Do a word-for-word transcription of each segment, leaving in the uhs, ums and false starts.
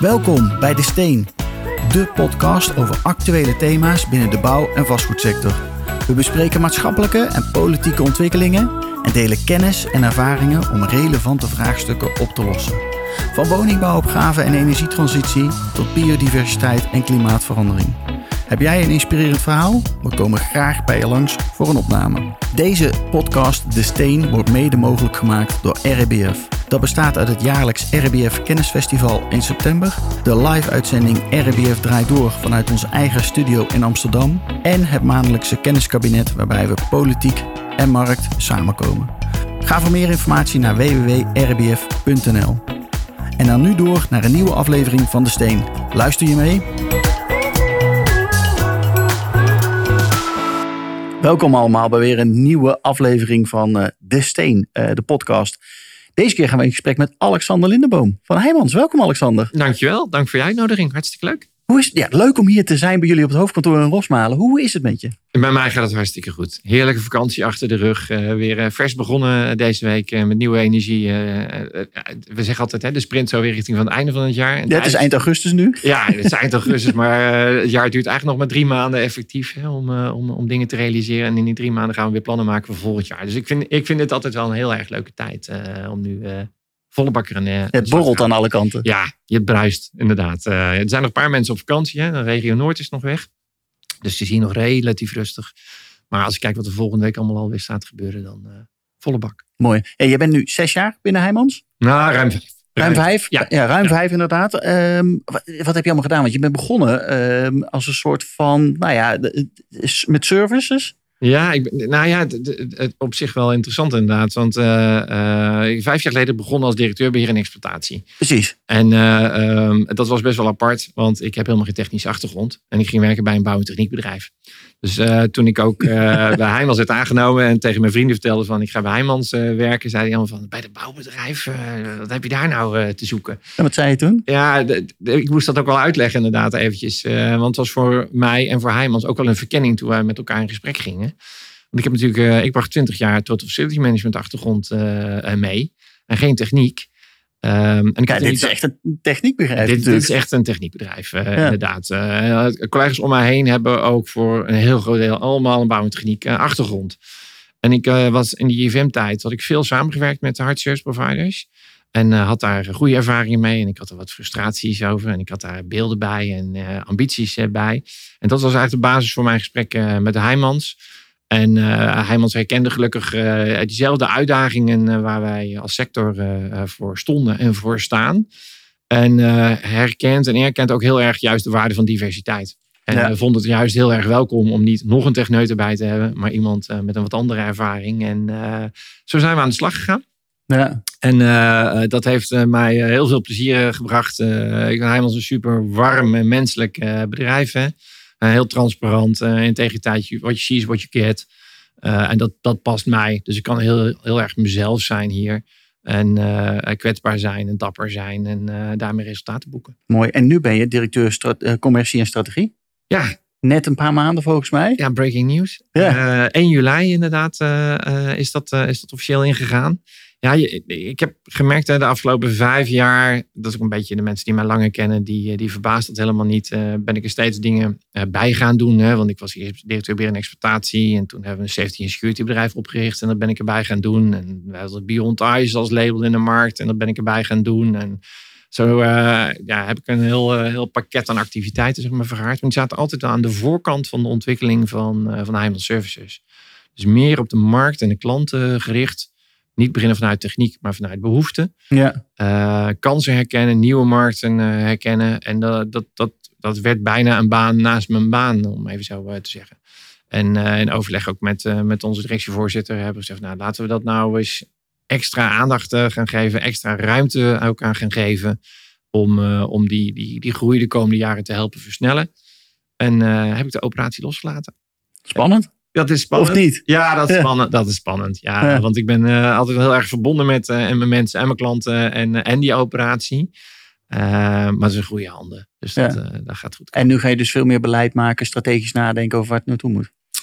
Welkom bij De Steen, de podcast over actuele thema's binnen de bouw- en vastgoedsector. We bespreken maatschappelijke en politieke ontwikkelingen en delen kennis en ervaringen om relevante vraagstukken op te lossen. Van woningbouwopgave en energietransitie tot biodiversiteit en klimaatverandering. Heb jij een inspirerend verhaal? We komen graag bij je langs voor een opname. Deze podcast De Steen wordt mede mogelijk gemaakt door R B F. Dat bestaat uit het jaarlijks R B F Kennisfestival in september, de live-uitzending R B F Draait Door vanuit onze eigen studio in Amsterdam en het maandelijkse kenniskabinet waarbij we politiek en markt samenkomen. Ga voor meer informatie naar w w w punt r b f punt n l. En dan nu door naar een nieuwe aflevering van De Steen. Luister je mee? Welkom allemaal bij weer een nieuwe aflevering van uh, De Steen, uh, de podcast. Deze keer gaan we in gesprek met Alexander Lindeboom van Heijmans. Welkom Alexander. Dankjewel, dank voor je uitnodiging. Hartstikke leuk. Hoe is het? Ja, leuk om hier te zijn bij jullie op het hoofdkantoor in Rosmalen. Hoe is het met je? Bij mij gaat het hartstikke goed. Heerlijke vakantie achter de rug. Uh, weer uh, vers begonnen deze week uh, met nieuwe energie. Uh, uh, we zeggen altijd, hè, de sprint zo weer richting van het einde van het jaar. Ja, het is eind augustus nu. Ja, het is eind augustus, maar uh, het jaar duurt eigenlijk nog maar drie maanden effectief hè, om, uh, om, om dingen te realiseren. En in die drie maanden gaan we weer plannen maken voor volgend jaar. Dus ik vind, ik vind dit altijd wel een heel erg leuke tijd uh, om nu... Uh, volle bakker en, uh, het borrelt aan alle kanten. Ja, je bruist inderdaad. Uh, er zijn nog een paar mensen op vakantie. Hè? De regio Noord is nog weg. Dus het is hier nog relatief rustig. Maar als ik kijk wat er volgende week allemaal alweer staat te gebeuren, dan uh, volle bak. Mooi. Hey, jij bent nu zes jaar binnen Heijmans? Nou, ruim vijf. Ruim, ruim vijf? Ja, ja ruim ja. vijf inderdaad. Um, wat, wat heb je allemaal gedaan? Want je bent begonnen um, als een soort van, nou ja, met services. Ja, ik, nou ja, het, het, op zich wel interessant inderdaad. Want uh, uh, vijf jaar geleden begonnen als directeur beheer en exploitatie. Precies. En uh, um, dat was best wel apart, want ik heb helemaal geen technische achtergrond. En ik ging werken bij een bouw- en techniekbedrijf. Dus uh, toen ik ook uh, bij Heijmans werd aangenomen en tegen mijn vrienden vertelde van ik ga bij Heijmans uh, werken, zei hij allemaal van bij het bouwbedrijf, uh, wat heb je daar nou uh, te zoeken? En wat zei je toen? Ja, de, de, ik moest dat ook wel uitleggen inderdaad eventjes. Uh, want het was voor mij en voor Heijmans ook wel een verkenning toen wij met elkaar in gesprek gingen. Want ik heb natuurlijk, uh, ik bracht twintig jaar total facility management achtergrond uh, mee en geen techniek. Um, en ik Kijk, dit is echt een techniekbedrijf. Dit, dit is echt een techniekbedrijf, uh, ja. inderdaad. Uh, collega's om mij heen hebben ook voor een heel groot deel allemaal een bouw- en techniek uh, achtergrond. En ik uh, was in die I V M-tijd had ik veel samengewerkt met de hard service providers. En uh, had daar goede ervaringen mee. En ik had er wat frustraties over. En ik had daar beelden bij en uh, ambities uh, bij. En dat was eigenlijk de basis voor mijn gesprek uh, met de Heijmans. En uh, Heijmans herkende gelukkig uh, diezelfde uitdagingen uh, waar wij als sector uh, voor stonden en voor staan. En uh, herkent en erkent ook heel erg juist de waarde van diversiteit. En ja. uh, vond het juist heel erg welkom om niet nog een techneut erbij te hebben, maar iemand uh, met een wat andere ervaring. En uh, zo zijn we aan de slag gegaan. Ja. En uh, dat heeft uh, mij heel veel plezier gebracht. Uh, ik ben Heijmans een super warm en menselijk uh, bedrijf. Hè? Uh, heel transparant, uh, integriteit, what you see is what you get. Uh, en dat, dat past mij. Dus ik kan heel, heel erg mezelf zijn hier. En uh, kwetsbaar zijn en dapper zijn. En uh, daarmee resultaten boeken. Mooi. En nu ben je directeur strat- uh, commercie en strategie? Ja. Net een paar maanden volgens mij. Ja, breaking news. Ja. Uh, één juli inderdaad uh, uh, is, dat, uh, is dat officieel ingegaan. Ja, je, ik heb gemerkt hè, de afgelopen vijf jaar, dat is ook een beetje de mensen die mij langer kennen, die, die verbaast dat helemaal niet. Uh, ben ik er steeds dingen uh, bij gaan doen. Hè, want ik was eerst directeur beheer en exploitatie. En toen hebben we een safety en security bedrijf opgericht. En dat ben ik erbij gaan doen. En we hadden Beyond Eyes als label in de markt. En dat ben ik erbij gaan doen. En zo uh, ja, heb ik een heel, uh, heel pakket aan activiteiten zeg maar, vergaard. Maar die zaten altijd aan de voorkant van de ontwikkeling van, uh, van Heijmans Services. Dus meer op de markt en de klanten gericht. Niet beginnen vanuit techniek, maar vanuit behoefte. Ja. Uh, kansen herkennen, nieuwe markten uh, herkennen. En dat, dat, dat, dat werd bijna een baan naast mijn baan, om even zo uh, te zeggen. En uh, in overleg ook met, uh, met onze directievoorzitter hebben we gezegd, nou laten we dat nou eens extra aandacht uh, gaan geven, extra ruimte ook aan gaan geven. Om, uh, om die, die, die groei de komende jaren te helpen versnellen. En uh, heb ik de operatie losgelaten. Spannend. Dat is spannend. Of niet? Ja, dat is spannend. Dat is spannend. Ja, ja. Want ik ben uh, altijd heel erg verbonden met uh, en mijn mensen en mijn klanten en, en die operatie. Uh, maar het is in goede handen. Dus dat, ja. uh, dat gaat goed komen. En nu ga je dus veel meer beleid maken, strategisch nadenken over waar het naartoe moet.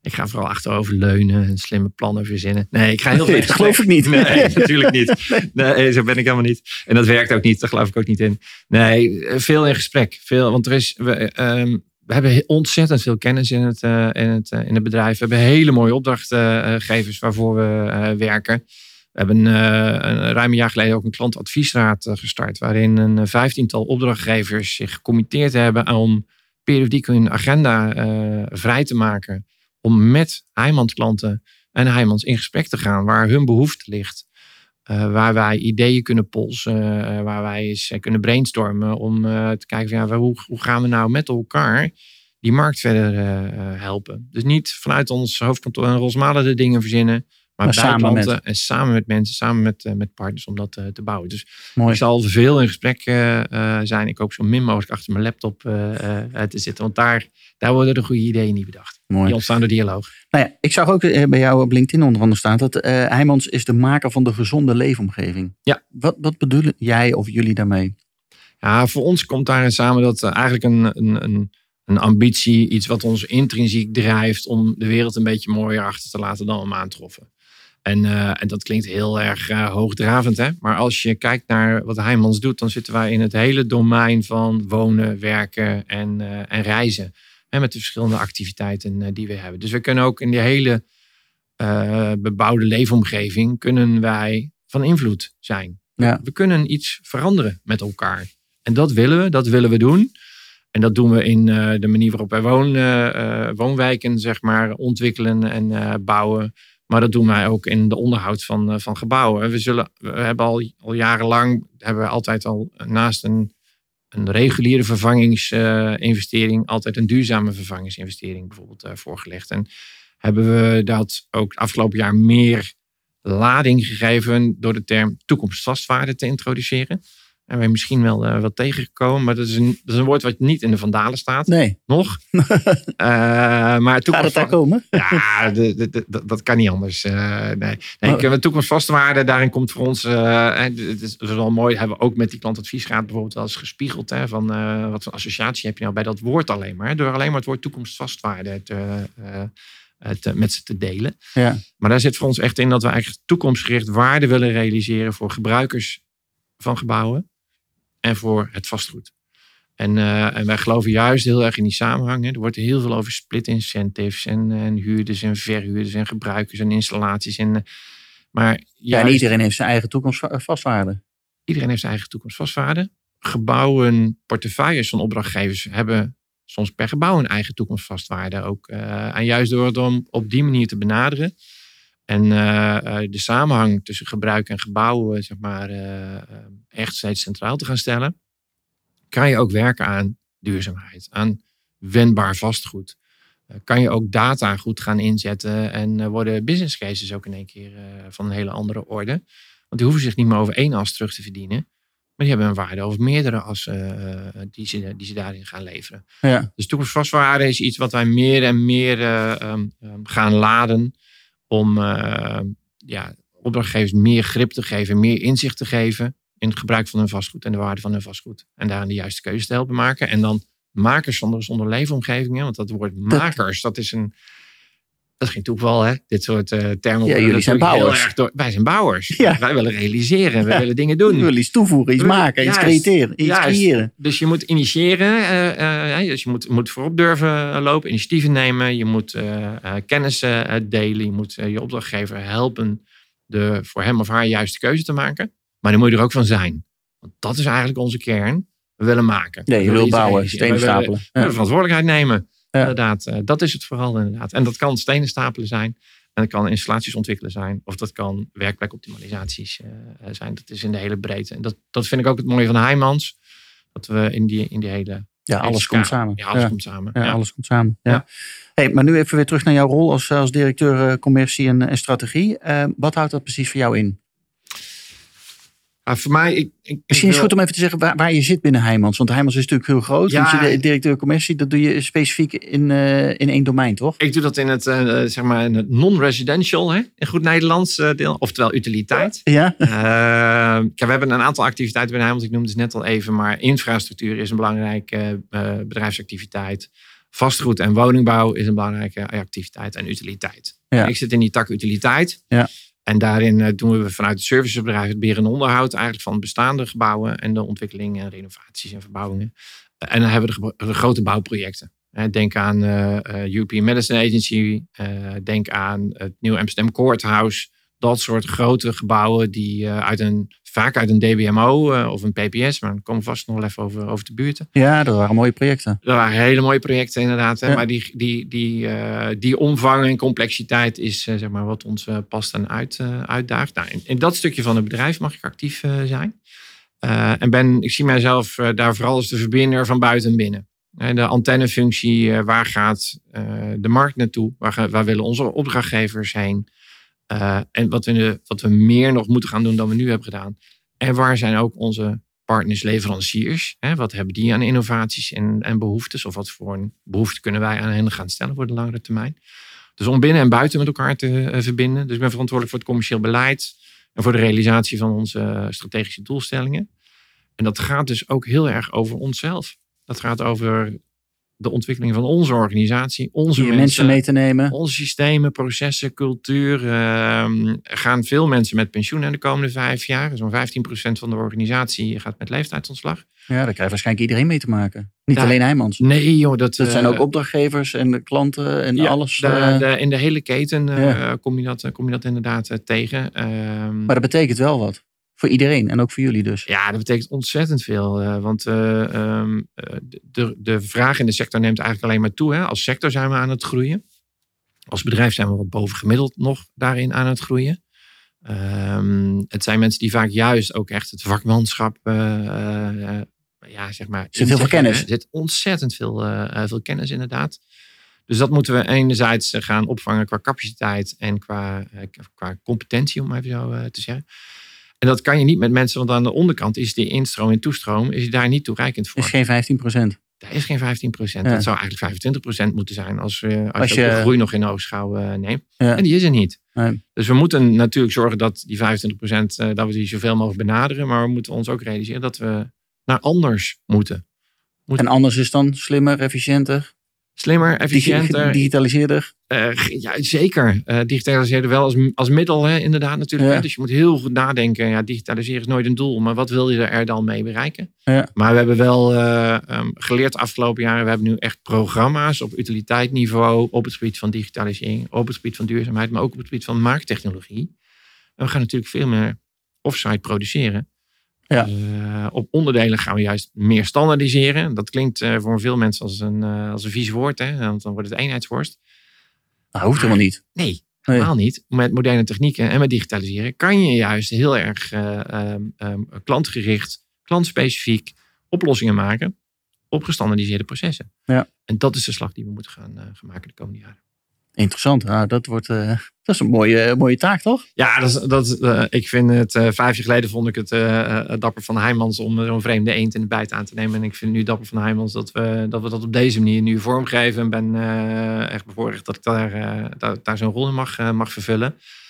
Ik ga vooral achterover leunen en slimme plannen verzinnen. Nee, ik ga heel veel. Nee, dat geloof ik niet. Nee, natuurlijk niet. Nee, zo ben ik helemaal niet. En dat werkt ook niet. Daar geloof ik ook niet in. Nee, veel in gesprek. Veel, want er is, we, um, we hebben ontzettend veel kennis in het, uh, in, het, uh, in het bedrijf. We hebben hele mooie opdrachtgevers waarvoor we uh, werken. We hebben uh, een, ruim een jaar geleden ook een klantadviesraad uh, gestart. Waarin een vijftiental opdrachtgevers zich gecommitteerd hebben om periodiek hun agenda uh, vrij te maken. Om met Heijmans klanten en Heijmans in gesprek te gaan waar hun behoefte ligt. Uh, waar wij ideeën kunnen polsen. Uh, waar wij eens uh, kunnen brainstormen. Om uh, te kijken van, ja, hoe, hoe gaan we nou met elkaar die markt verder uh, helpen. Dus niet vanuit ons hoofdkantoor en Rosmalen de dingen verzinnen. Maar, maar bij samen klanten met... en samen met mensen, samen met, uh, met partners om dat uh, te bouwen. Dus Mooi. Ik zal veel in gesprek uh, uh, zijn. Ik hoop zo min mogelijk achter mijn laptop uh, uh, te zitten. Want daar, daar worden de goede ideeën niet bedacht. Mooi. Die ontstaan door dialoog. Nou ja, ik zag ook uh, bij jou op LinkedIn onder andere staan dat uh, Heijmans is de maker van de gezonde leefomgeving. Ja. Wat, wat bedoelen jij of jullie daarmee? Ja, voor ons komt daarin samen dat uh, eigenlijk een... een, een Een ambitie, iets wat ons intrinsiek drijft om de wereld een beetje mooier achter te laten dan we hem aantroffen. En, uh, en dat klinkt heel erg uh, hoogdravend, hè? Maar als je kijkt naar wat Heijmans doet, dan zitten wij in het hele domein van wonen, werken en, uh, en reizen. Hè, met de verschillende activiteiten uh, die we hebben. Dus we kunnen ook in die hele uh, bebouwde leefomgeving kunnen wij van invloed zijn. Ja. We kunnen iets veranderen met elkaar. En dat willen we, dat willen we doen. En dat doen we in uh, de manier waarop wij woon, uh, woonwijken zeg maar, ontwikkelen en uh, bouwen. Maar dat doen wij ook in de onderhoud van, uh, van gebouwen. We, zullen, we hebben al, al jarenlang, hebben we altijd al naast een, een reguliere vervangingsinvestering, uh, altijd een duurzame vervangingsinvestering bijvoorbeeld uh, voorgelegd. En hebben we dat ook het afgelopen jaar meer lading gegeven door de term toekomstvastwaarde te introduceren. En wij misschien wel uh, wat tegengekomen. Maar dat is, een, dat is een woord wat niet in de Vandalen staat. Nee. Nog. uh, maar Gaat het daar komen? Ja, de, de, de, dat kan niet anders. Uh, nee. nee oh. Toekomstvastwaarde, daarin komt voor ons... Uh, het is wel mooi, hebben we ook met die klantadviesraad bijvoorbeeld wel eens gespiegeld. Hè, van uh, wat voor associatie heb je nou bij dat woord alleen maar. Door alleen maar het woord toekomstvastwaarde te, uh, te, met ze te delen. Ja. Maar daar zit voor ons echt in dat we eigenlijk toekomstgericht waarde willen realiseren voor gebruikers van gebouwen. En voor het vastgoed. En, uh, en wij geloven juist heel erg in die samenhang. Hè. Er wordt heel veel over split incentives. En, en huurders en verhuurders en gebruikers en installaties. En, uh, maar juist, ja, en iedereen heeft zijn eigen toekomstvastwaarde. Iedereen heeft zijn eigen toekomstvastwaarde. Gebouwen, portefeuilles van opdrachtgevers hebben soms per gebouw een eigen toekomstvastwaarde ook. Uh, en juist door het om op die manier te benaderen. En uh, de samenhang tussen gebruik en gebouwen zeg maar, uh, echt steeds centraal te gaan stellen. Kan je ook werken aan duurzaamheid, aan wendbaar vastgoed. Uh, kan je ook data goed gaan inzetten en uh, worden business cases ook in één keer uh, van een hele andere orde. Want die hoeven zich niet meer over één as terug te verdienen. Maar die hebben een waarde over meerdere assen uh, die, ze, die ze daarin gaan leveren. Ja. Dus toekomstvastwaarde is iets wat wij meer en meer uh, um, um, gaan laden. Om uh, ja, opdrachtgevers meer grip te geven, meer inzicht te geven in het gebruik van hun vastgoed en de waarde van hun vastgoed. En daarin de juiste keuze te helpen maken. En dan makers zonder, zonder leefomgevingen, want dat woord makers, dat is een... Dat is geen toeval, hè? Dit soort uh, termen. Ja, jullie zijn bouwers. Door, wij zijn bouwers. Ja. Wij willen realiseren. We ja. willen dingen doen. We willen iets toevoegen, iets we, maken, iets juist, creëren, iets juist. creëren. Dus je moet initiëren. Uh, uh, dus je moet, moet voorop durven lopen, initiatieven nemen. Je moet uh, uh, kennis uh, delen. Je moet uh, je opdrachtgever helpen de voor hem of haar juiste keuze te maken. Maar dan moet je er ook van zijn. Want dat is eigenlijk onze kern. We willen maken. Nee, je wil bouwen, stenen stapelen. We willen ja. verantwoordelijkheid nemen. Ja. Inderdaad, uh, dat is het vooral inderdaad. En dat kan stenen stapelen zijn. En dat kan installaties ontwikkelen zijn. Of dat kan werkplekoptimalisaties uh, zijn. Dat is in de hele breedte. En dat, dat vind ik ook het mooie van Heijmans. Dat we in die, in die hele... Ja, alles komt samen. Ja, alles ja. komt samen. Ja, ja. alles komt samen. Ja. Ja. Hey, maar nu even weer terug naar jouw rol als, als directeur uh, commercie en, en strategie. Uh, wat houdt dat precies voor jou in? Ah, voor mij, ik, ik, Misschien is het wil... goed om even te zeggen waar, waar je zit binnen Heijmans. Want Heijmans is natuurlijk heel groot. Ja, want je directeur commercie, dat doe je specifiek in, uh, in één domein, toch? Ik doe dat in het, uh, zeg maar in het non-residential, hè? In goed Nederlands uh, deel. Oftewel utiliteit. Ja. Uh, ja, we hebben een aantal activiteiten binnen Heijmans. Ik noemde het net al even. Maar infrastructuur is een belangrijke uh, bedrijfsactiviteit. Vastgoed en woningbouw is een belangrijke activiteit en utiliteit. Ja. Ik zit in die tak utiliteit. Ja. En daarin uh, doen we vanuit het servicebedrijf het beheer en onderhoud eigenlijk van bestaande gebouwen en de ontwikkeling en renovaties en verbouwingen. Uh, en dan hebben we de, de grote bouwprojecten. Uh, denk aan uh, uh, European Medicine Agency. Uh, denk aan het Nieuw Amsterdam Courthouse. Dat soort grote gebouwen die uh, uit een, vaak uit een D B M O uh, of een P P S. Maar daar komen we vast nog wel even over, over de buurten. Ja, dat waren mooie projecten. Dat waren hele mooie projecten inderdaad. Hè? Ja. Maar die, die, die, uh, die omvang en complexiteit is uh, zeg maar wat ons uh, past en uit, uh, uitdaagt. Nou, in, in dat stukje van het bedrijf mag ik actief uh, zijn. Uh, en ben, ik zie mijzelf uh, daar vooral als de verbinder van buiten en binnen. Uh, de antennefunctie, uh, waar gaat uh, de markt naartoe? Waar, gaan, waar willen onze opdrachtgevers heen? Uh, en wat we, wat we meer nog moeten gaan doen dan we nu hebben gedaan. En waar zijn ook onze partners, leveranciers? Hè? Wat hebben die aan innovaties en, en behoeftes? Of wat voor een behoefte kunnen wij aan hen gaan stellen voor de langere termijn? Dus om binnen en buiten met elkaar te uh, verbinden. Dus ik ben verantwoordelijk voor het commercieel beleid. En voor de realisatie van onze uh, strategische doelstellingen. En dat gaat dus ook heel erg over onszelf. Dat gaat over de ontwikkeling van onze organisatie, onze Hier mensen, mensen mee te nemen. Onze systemen, processen, cultuur. Uh, er gaan veel mensen met pensioen in de komende vijf jaar. Zo'n vijftien procent van de organisatie gaat met leeftijdsontslag. Ja, daar krijgt waarschijnlijk iedereen mee te maken. Niet Ja. alleen Heijmans. Nee joh. Dat, Dat zijn uh, ook opdrachtgevers en de klanten en ja, alles. De, uh, de, in de hele keten uh, Ja. kom, je dat, kom je dat inderdaad uh, tegen. Uh, Maar dat betekent wel wat. Voor iedereen en ook voor jullie dus. Ja, dat betekent ontzettend veel. Uh, want uh, um, de, de vraag in de sector neemt eigenlijk alleen maar toe. Hè. Als sector zijn we aan het groeien. Als bedrijf zijn we wat bovengemiddeld nog daarin aan het groeien. Um, het zijn mensen die vaak juist ook echt het vakmanschap... Uh, uh, ja, zeg maar, er zit heel veel kennis. Er zit ontzettend veel, uh, veel kennis inderdaad. Dus dat moeten we enerzijds gaan opvangen qua capaciteit en qua, uh, qua competentie, om even zo uh, te zeggen. En dat kan je niet met mensen, want aan de onderkant is die instroom en toestroom is daar niet toereikend voor. Is geen vijftien procent. Dat is geen vijftien procent. Ja. Dat zou eigenlijk vijfentwintig procent moeten zijn als, uh, als, Als je, je ook de groei nog in oogschouw uh, neemt. Ja. En die is er niet. Nee. Dus we moeten natuurlijk zorgen dat die vijfentwintig procent, uh, dat we die zoveel mogelijk benaderen. Maar we moeten ons ook realiseren dat we naar anders moeten. moeten. En anders is dan slimmer, efficiënter, Slimmer, efficiënter. digitaliseerder. Uh, ja, zeker. Uh, digitaliseren wel als, als middel, hè, inderdaad natuurlijk. Ja. Hè? Dus je moet heel goed nadenken. Ja, digitaliseren is nooit een doel, maar wat wil je er dan mee bereiken? Ja. Maar we hebben wel uh, um, geleerd de afgelopen jaren. We hebben nu echt programma's op utiliteitsniveau, op het gebied van digitalisering, op het gebied van duurzaamheid, maar ook op het gebied van markttechnologie. En we gaan natuurlijk veel meer offsite produceren. Ja. Uh, op onderdelen gaan we juist meer standaardiseren. Dat klinkt uh, voor veel mensen als een, uh, als een vies woord, hè? Want dan wordt het eenheidsworst. Dat hoeft helemaal niet. Nee, helemaal nee. niet. Met moderne technieken en met digitaliseren kan je juist heel erg uh, um, um, klantgericht, klantspecifiek oplossingen maken op gestandaardiseerde processen. Ja. En dat is de slag die we moeten gaan, uh, gaan maken de komende jaren. Interessant. Nou, dat, wordt, uh, dat is een mooie, mooie taak, toch? Ja, dat is, dat, uh, ik vind het... Uh, vijf jaar geleden vond ik het uh, uh, dapper van Heijmans om zo'n vreemde eend in de bijt aan te nemen. En ik vind het nu dapper van Heijmans dat we, dat we dat op deze manier nu vormgeven. En ben uh, echt bevoorrecht dat ik daar, uh, daar, daar zo'n rol in mag, uh, mag vervullen.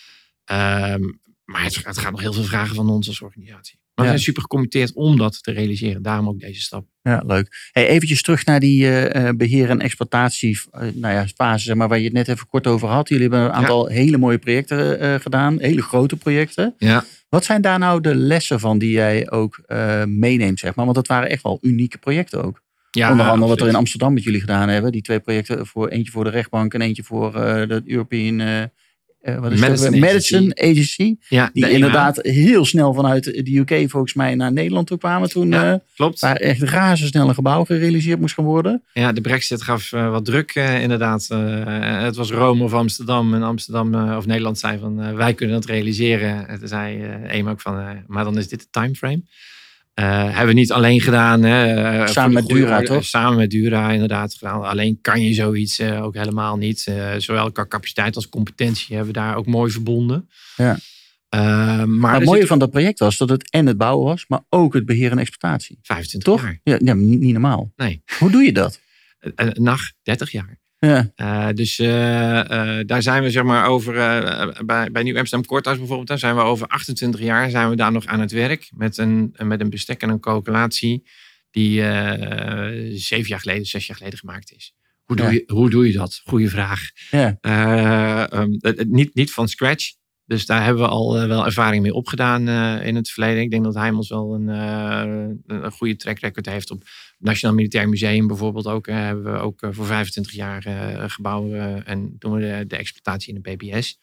Um, maar het, het gaat nog heel veel vragen van ons als organisatie. Maar ja. we zijn super gecommitteerd om dat te realiseren. Daarom ook deze stap. Ja, leuk. Hey, eventjes terug naar die uh, beheer- en exploitatie uh, nou ja, fase, zeg maar, waar je het net even kort over had. Jullie hebben een aantal ja. hele mooie projecten uh, gedaan. Hele grote projecten. Ja. Wat zijn daar nou de lessen van die jij ook uh, meeneemt, zeg maar? Want dat waren echt wel unieke projecten ook. Ja, onder andere wat we in Amsterdam met jullie gedaan hebben. Die twee projecten, voor, eentje voor de rechtbank en eentje voor uh, de European... Uh, Uh, wat is Medicine, dat? Medicine Agency. Agency ja, die inderdaad heel snel vanuit de U K volgens mij naar Nederland toe kwamen toen. Ja, uh, klopt. Waar echt razendsnel een gebouw gerealiseerd moest gaan worden. Ja, de Brexit gaf uh, wat druk uh, inderdaad. Uh, het was Rome of Amsterdam. En Amsterdam uh, of Nederland zei van uh, wij kunnen dat realiseren. En toen zei uh, Eem ook van uh, maar dan is dit de timeframe. Uh, hebben we niet alleen gedaan. Hè, samen met Dura, orde, toch? Samen met Dura inderdaad gedaan. Alleen kan je zoiets uh, ook helemaal niet. Uh, zowel qua capaciteit als competentie hebben we daar ook mooi verbonden. Ja. Uh, maar maar het mooie zit... van dat project was dat het en het bouwen was, maar ook het beheer en exploitatie. vijfentwintig toch? jaar. Ja, ja niet, niet normaal. Nee. Hoe doe je dat? Uh, nacht, dertig jaar. Ja. Uh, dus uh, uh, daar zijn we zeg maar over, uh, bij, bij Nieuw Amsterdam Courthouse bijvoorbeeld, daar zijn we over achtentwintig jaar zijn we daar nog aan het werk. Met een, met een bestek en een calculatie die uh, zeven jaar geleden, zes jaar geleden gemaakt is. Hoe doe, Ja. je, hoe doe je dat? Goeie vraag. Ja. Uh, um, niet, niet van scratch. Dus daar hebben we al uh, wel ervaring mee opgedaan uh, in het verleden. Ik denk dat Heijmans wel een, uh, een goede track record heeft. Op het Nationaal Militair Museum bijvoorbeeld ook. Uh, hebben we ook uh, voor vijfentwintig jaar uh, gebouwen. Uh, en doen we de, de exploitatie in de B B S.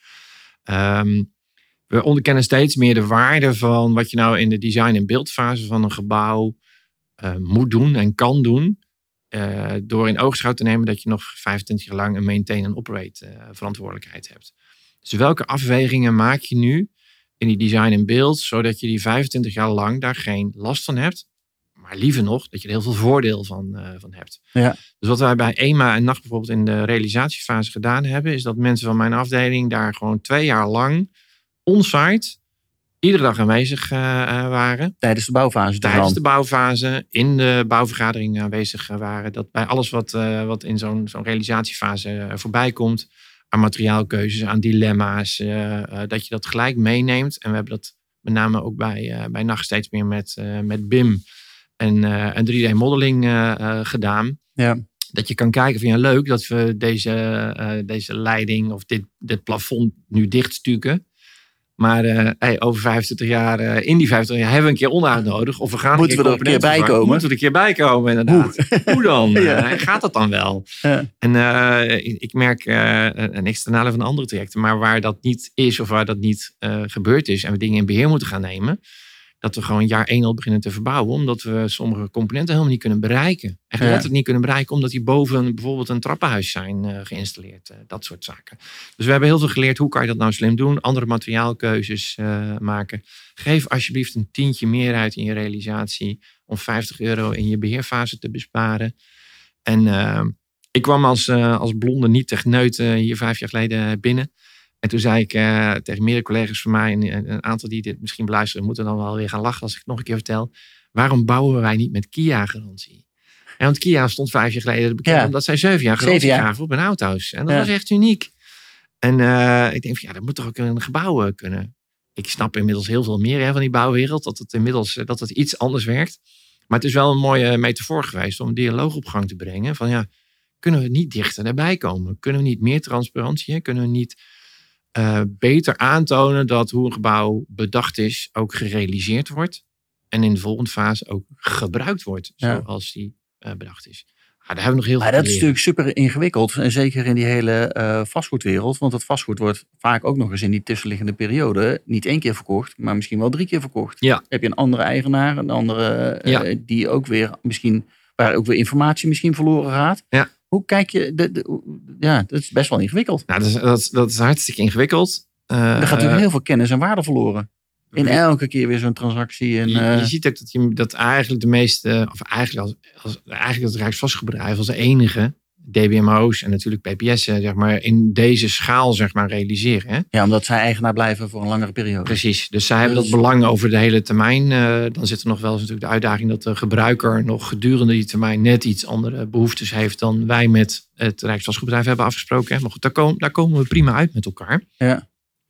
Um, we onderkennen steeds meer de waarde van wat je nou in de design- en beeldfase van een gebouw uh, moet doen en kan doen. Uh, door in oogschouw te nemen dat je nog vijfentwintig jaar lang een maintain en operate uh, verantwoordelijkheid hebt. Dus welke afwegingen maak je nu in die design en beeld, zodat je die vijfentwintig jaar lang daar geen last van hebt, maar liever nog dat je er heel veel voordeel van, uh, van hebt. Ja. Dus wat wij bij EMA en NAGHT bijvoorbeeld in de realisatiefase gedaan hebben, is dat mensen van mijn afdeling daar gewoon twee jaar lang on-site iedere dag aanwezig uh, waren. Tijdens de bouwfase. Tijdens de bouwfase, in de bouwvergadering aanwezig waren. Dat bij alles wat, uh, wat in zo'n, zo'n realisatiefase uh, voorbij komt, aan materiaalkeuzes, aan dilemma's, uh, uh, dat je dat gelijk meeneemt. En we hebben dat met name ook bij, uh, bij NAGHT steeds meer met, uh, met B I M en, uh, en drie D modeling uh, uh, gedaan. Ja. Dat je kan kijken van ja, leuk dat we deze, uh, deze leiding of dit, dit plafond nu dichtstukken. Maar uh, hey, over vijfentwintig jaar, uh, in die vijfentwintig jaar hebben we een keer onderhoud nodig. Of we gaan Moeten een we er een keer bij vervangen. komen? Moeten we er een keer bij komen, inderdaad. Hoe, Hoe dan? Ja. Uh, gaat dat dan wel? Ja. En uh, ik, ik merk uh, een externe van andere trajecten. Maar waar dat niet is of waar dat niet uh, gebeurd is. En we dingen in beheer moeten gaan nemen. Dat we gewoon jaar één al beginnen te verbouwen. Omdat we sommige componenten helemaal niet kunnen bereiken. Echt Ja. letterlijk niet kunnen bereiken. Omdat die boven bijvoorbeeld een trappenhuis zijn uh, geïnstalleerd. Uh, dat soort zaken. Dus we hebben heel veel geleerd. Hoe kan je dat nou slim doen? Andere materiaalkeuzes uh, maken. Geef alsjeblieft een tientje meer uit in je realisatie. Om vijftig euro in je beheerfase te besparen. En uh, ik kwam als, uh, als blonde niet-techneut uh, hier vijf jaar geleden binnen. En toen zei ik uh, tegen meerdere collega's van mij, en een aantal die dit misschien beluisteren, moeten dan wel weer gaan lachen als ik het nog een keer vertel. Waarom bouwen wij niet met Kia-garantie? Ja, want Kia stond vijf jaar geleden bekend Ja. omdat zij zeven jaar garantie Zeven jaar. gaven op hun auto's. En dat Ja. was echt uniek. En uh, ik denk van ja, dat moet toch ook in een gebouw uh, kunnen. Ik snap inmiddels heel veel meer hè, van die bouwwereld, dat het inmiddels uh, dat het iets anders werkt. Maar het is wel een mooie metafoor geweest om een dialoog op gang te brengen. Van ja, kunnen we niet dichter erbij komen? Kunnen we niet meer transparantie? Kunnen we niet Uh, beter aantonen dat hoe een gebouw bedacht is ook gerealiseerd wordt. En in de volgende fase ook gebruikt wordt Ja. zoals die uh, bedacht is. Ah, daar hebben we nog heel Maar veel dat te is leren. natuurlijk super ingewikkeld. En zeker in die hele uh, vastgoedwereld. Want het vastgoed wordt vaak ook nog eens in die tussenliggende periode niet één keer verkocht, maar misschien wel drie keer verkocht. Ja. Heb je een andere eigenaar, een andere uh, Ja. die ook weer misschien, waar ook weer informatie misschien verloren gaat. Ja. Hoe kijk je, de, de, ja, dat is best wel ingewikkeld. Nou, dat, is, dat, is, dat is hartstikke ingewikkeld. Uh, Er gaat natuurlijk heel veel kennis en waarde verloren. In Ja. elke keer weer zo'n transactie. En, Je, uh, je ziet ook dat, je, dat eigenlijk de meeste, of eigenlijk als, als eigenlijk het Rijksvastgoedbedrijf als enige D B M O's en natuurlijk P P S'en zeg maar in deze schaal zeg maar realiseren. Hè? ja, omdat zij eigenaar blijven voor een langere periode. Precies, dus zij hebben dat Dus- belang over de hele termijn. Uh, dan zit er nog wel eens natuurlijk de uitdaging dat de gebruiker nog gedurende die termijn net iets andere behoeftes heeft dan wij met het Rijksvastgoedbedrijf hebben afgesproken. Hè? Maar goed, daar komen, daar komen we prima uit met elkaar. Ja.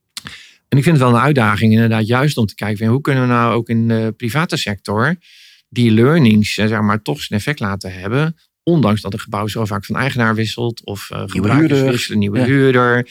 En ik vind het wel een uitdaging inderdaad juist om te kijken van, hoe kunnen we nou ook in de private sector die learnings zeg maar toch zijn effect laten hebben. Ondanks dat een gebouw zo vaak van eigenaar wisselt of uh, gebruikers huurder. wisselen, nieuwe Ja. huurder.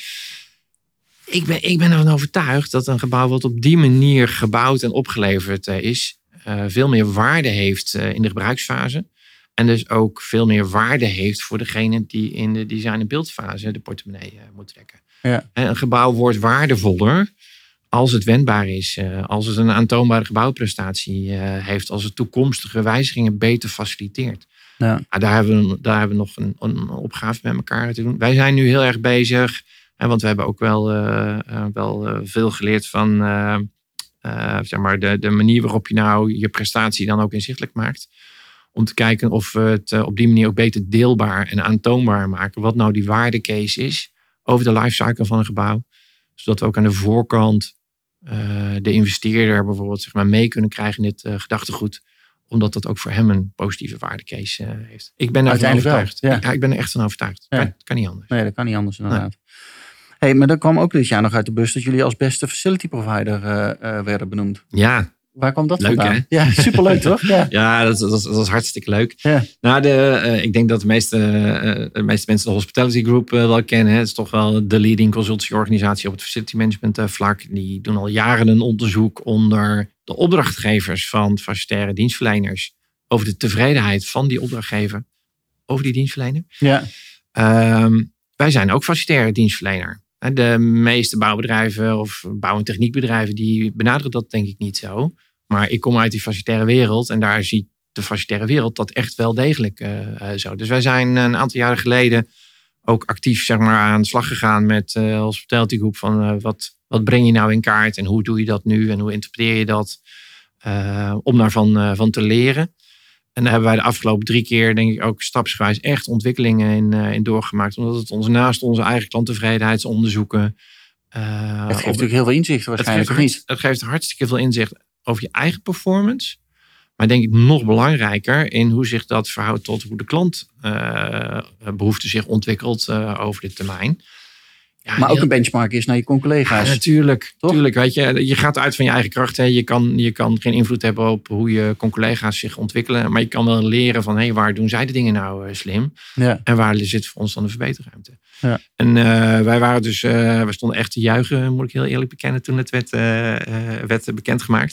Ik ben, ik ben ervan overtuigd dat een gebouw wat op die manier gebouwd en opgeleverd uh, is, uh, veel meer waarde heeft uh, in de gebruiksfase. En dus ook veel meer waarde heeft voor degene die in de design- en beeldfase de portemonnee uh, moet trekken. Ja. En een gebouw wordt waardevoller als het wendbaar is, uh, als het een aantoonbare gebouwprestatie uh, heeft, als het toekomstige wijzigingen beter faciliteert. Ja. Ah, daar, hebben we, daar hebben we nog een, een opgave met elkaar te doen. Wij zijn nu heel erg bezig, hè, want we hebben ook wel, uh, uh, wel uh, veel geleerd van uh, uh, zeg maar de, de manier waarop je nou je prestatie dan ook inzichtelijk maakt. Om te kijken of we het uh, op die manier ook beter deelbaar en aantoonbaar maken. Wat nou die waardecase is over de lifecycle van een gebouw. Zodat we ook aan de voorkant uh, de investeerder bijvoorbeeld zeg maar, mee kunnen krijgen in dit uh, gedachtegoed. Omdat dat ook voor hem een positieve waardecase uh, heeft. Ik ben daarvan Uiteindelijk overtuigd. wel, ja. Ja, ik ben er echt van overtuigd. Ja. Kan, kan niet anders. Nee, dat kan niet anders inderdaad. Hey, maar er kwam ook dit jaar nog uit de bus dat jullie als beste facility provider uh, uh, werden benoemd. Ja, Waar kwam dat Leuk, vandaan? Hè? Ja, superleuk toch? Ja, ja dat, dat, dat is hartstikke leuk. Ja. Nou, de, uh, ik denk dat de meeste, uh, de meeste mensen de Hospitality Group uh, wel kennen. Hè. Het is toch wel de leading consultancy-organisatie op het facility management uh, vlak. Die doen al jaren een onderzoek onder de opdrachtgevers van facilitaire dienstverleners over de tevredenheid van die opdrachtgever over die dienstverlener. Ja. Um, wij zijn ook facilitaire dienstverlener. De meeste bouwbedrijven of bouw- en techniekbedrijven die benaderen dat denk ik niet zo. Maar ik kom uit die facilitaire wereld en daar ziet de facilitaire wereld dat echt wel degelijk uh, uh, zo. Dus wij zijn een aantal jaren geleden ook actief zeg maar, aan de slag gegaan met de uh, Hospitality Group van uh, wat, wat breng je nou in kaart en hoe doe je dat nu en hoe interpreteer je dat uh, om daarvan uh, van te leren. En daar hebben wij de afgelopen drie keer denk ik ook stapsgewijs echt ontwikkelingen in, uh, in doorgemaakt. Omdat het ons naast onze eigen klanttevredenheidsonderzoeken... Uh, het geeft natuurlijk heel veel inzicht waarschijnlijk, het geeft, niet? Het geeft hartstikke veel inzicht over je eigen performance. Maar denk ik nog belangrijker in hoe zich dat verhoudt tot hoe de klant uh, behoefte zich ontwikkelt uh, over dit termijn. Ja, maar ook heel... een benchmark is naar je collega's. Ja, natuurlijk. Tuurlijk, weet je, je gaat uit van je eigen kracht. Hè. Je, kan, je kan geen invloed hebben op hoe je collega's zich ontwikkelen. Maar je kan wel leren van hey, waar doen zij de dingen nou uh, slim? Ja. En waar zit voor ons dan de verbeterruimte? Ja. En uh, wij waren dus, uh, we stonden echt te juichen, moet ik heel eerlijk bekennen, toen het werd, uh, uh, werd bekendgemaakt.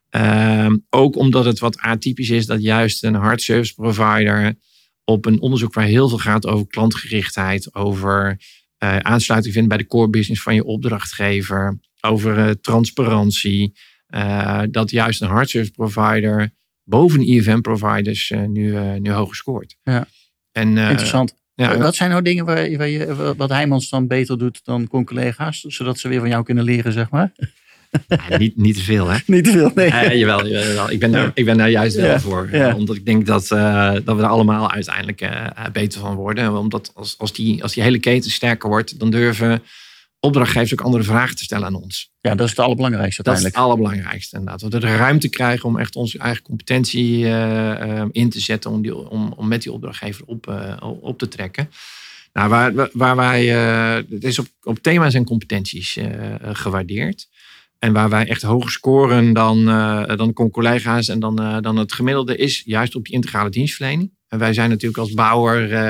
Uh, ook omdat het wat atypisch is dat juist een hard service provider op een onderzoek waar heel veel gaat over klantgerichtheid, over uh, aansluiting vinden bij de core business van je opdrachtgever, over uh, transparantie, uh, dat juist een hard service provider boven I F M providers uh, nu, uh, nu hoger scoort. Ja. En, uh, Interessant. Ja, wat zijn nou dingen waar, waar je, wat Heijmans dan beter doet dan collega's, zodat ze weer van jou kunnen leren, zeg maar? Ja, niet, niet te veel, hè? Niet te veel, nee. Uh, jawel, jawel. Ik, ben daar, ik ben daar juist wel ja. voor. Ja. Omdat ik denk dat, uh, dat we er allemaal uiteindelijk uh, beter van worden. Omdat als, als, die, als die hele keten sterker wordt, dan durven opdrachtgevers ook andere vragen te stellen aan ons. Ja, dat is het allerbelangrijkste Dat is uiteindelijk. het allerbelangrijkste. Inderdaad. Dat we de ruimte krijgen om echt onze eigen competentie uh, uh, in te zetten. Om, die, om, om met die opdrachtgever op, uh, op te trekken. Nou, waar, waar wij, uh, het is op, op thema's en competenties uh, gewaardeerd. En waar wij echt hoger scoren dan, uh, dan collega's en dan, uh, dan het gemiddelde is juist op die integrale dienstverlening. En wij zijn natuurlijk als bouwer uh,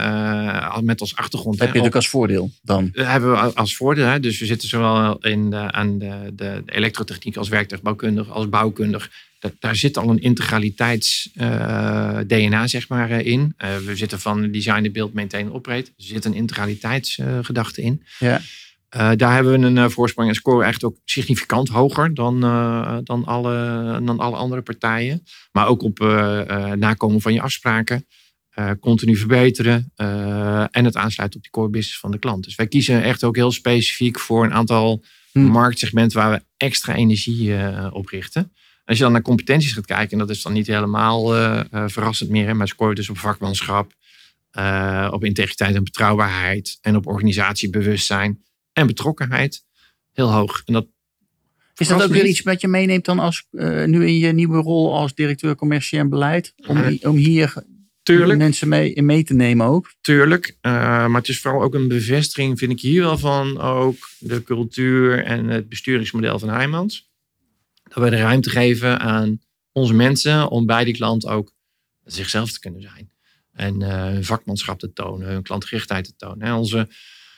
uh, met als achtergrond. Dat heb je natuurlijk als voordeel dan. Dat hebben we als voordeel. Hè? Dus we zitten zowel in de, aan de, de, de elektrotechniek als werktuigbouwkundig als bouwkundig. Da, daar zit al een integraliteits uh, D N A zeg maar uh, in. Uh, we zitten van design, build, maintain, operate. Er zit een integraliteitsgedachte uh, in. Ja. Uh, daar hebben we een uh, voorsprong en score echt ook significant hoger dan, uh, dan, alle, dan alle andere partijen. Maar ook op uh, uh, nakomen van je afspraken, uh, continu verbeteren uh, en het aansluiten op die core business van de klant. Dus wij kiezen echt ook heel specifiek voor een aantal hm. marktsegmenten waar we extra energie uh, op richten. Als je dan naar competenties gaat kijken, en dat is dan niet helemaal uh, uh, verrassend meer, hè, maar score dus op vakmanschap, uh, op integriteit en betrouwbaarheid en op organisatiebewustzijn. En betrokkenheid, heel hoog. En dat is dat ook weer iets wat je meeneemt dan als uh, nu in je nieuwe rol als directeur commercie en beleid? Om, uh, om hier tuurlijk, mensen mee, mee te nemen ook? Tuurlijk. Uh, maar het is vooral ook een bevestiging, vind ik hier wel van, ook de cultuur en het besturingsmodel van Heijmans. Dat we de ruimte geven aan onze mensen om bij die klant ook zichzelf te kunnen zijn. En uh, hun vakmanschap te tonen, hun klantgerichtheid te tonen. Hè. Onze...